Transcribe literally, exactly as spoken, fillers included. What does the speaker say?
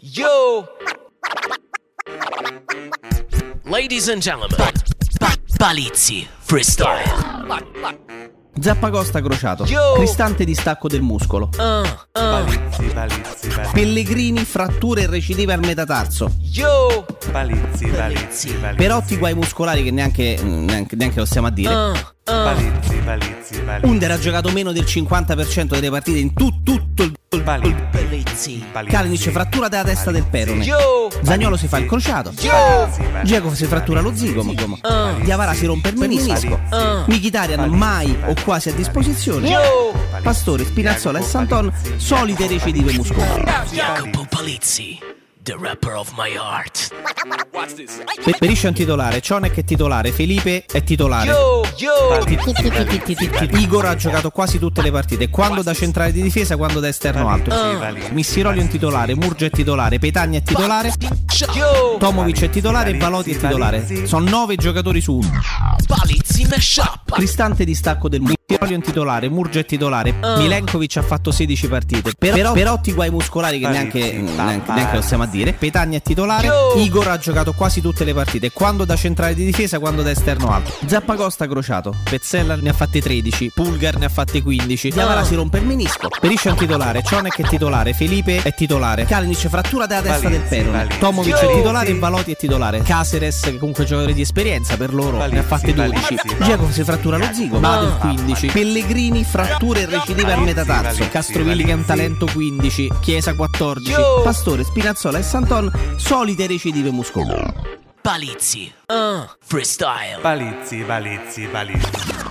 Yo! Ladies and gentlemen, pa- Palizzi Freestyle. Zappacosta crociato, Yo! cristante distacco del muscolo, Uh, uh. Palizzi, palizzi, palizzi. Pellegrini, fratture e recidive al metatarso, Yo! Palizzi, palizzi, palizzi. Perotti guai muscolari che neanche, neanche, neanche lo stiamo a dire. Uh, uh. Palizzi, palizzi, palizzi. Under ha giocato meno del cinquanta per cento delle partite in tu- tutto il Palizzi, Palizzi. palizzi. Kalinic frattura della testa del perone, Yo! Zaniolo si fa il crociato, Yo! Dzeko si frattura lo zigomo, Uh. Diavara si rompe il menisco, Uh. Mkhitaryan mai o quasi a disposizione, Yo! Pastore, Spinazzola e Santon solite recidive muscolari. Jacopo Palizzi, the rapper of my heart. Per- Beriscia è un titolare, Cionek è titolare, Felipe è titolare. Yo! Yo! Igor ha giocato quasi tutte le partite, quando da centrale di difesa, quando da esterno alto. Missiroli è un titolare, Murgia è titolare, Petagna è titolare, Yo! Tomovic è titolare e Valotti è titolare. Sono nove giocatori su uno. Palizzi Mashup. Cristante distacco del Missiroli è un titolare, Murgia è titolare, Milenkovic ha fatto sedici partite. Però, Perotti guai muscolari che neanche, neanche, neanche lo stiamo a dire. Petagna è titolare, Igor ha giocato quasi tutte le partite, quando da centrale di difesa, quando da esterno alto. Zappacosta crociato, Pezzella ne ha fatte tredici, Pulgar ne ha fatte quindici, Diavara si rompe il menisco, Beriscia è un titolare, Cionek è titolare, Felipe è titolare, Kalinic frattura della testa del perone, Tomovic è titolare e Valotti è titolare, Caceres che comunque è giocatore di esperienza, per loro ne ha fatte dodici, Dzeko si frattura lo zigomo, Badel quindici, Pellegrini fratture e recidive al metatarso, Castrovilli che è un talento quindici, Chiesa quattordici, Pastore, Spinazzola e Santon solite recidive muscolari. Palizzi. Uh, Freestyle. Palizzi, palizzi, palizzi.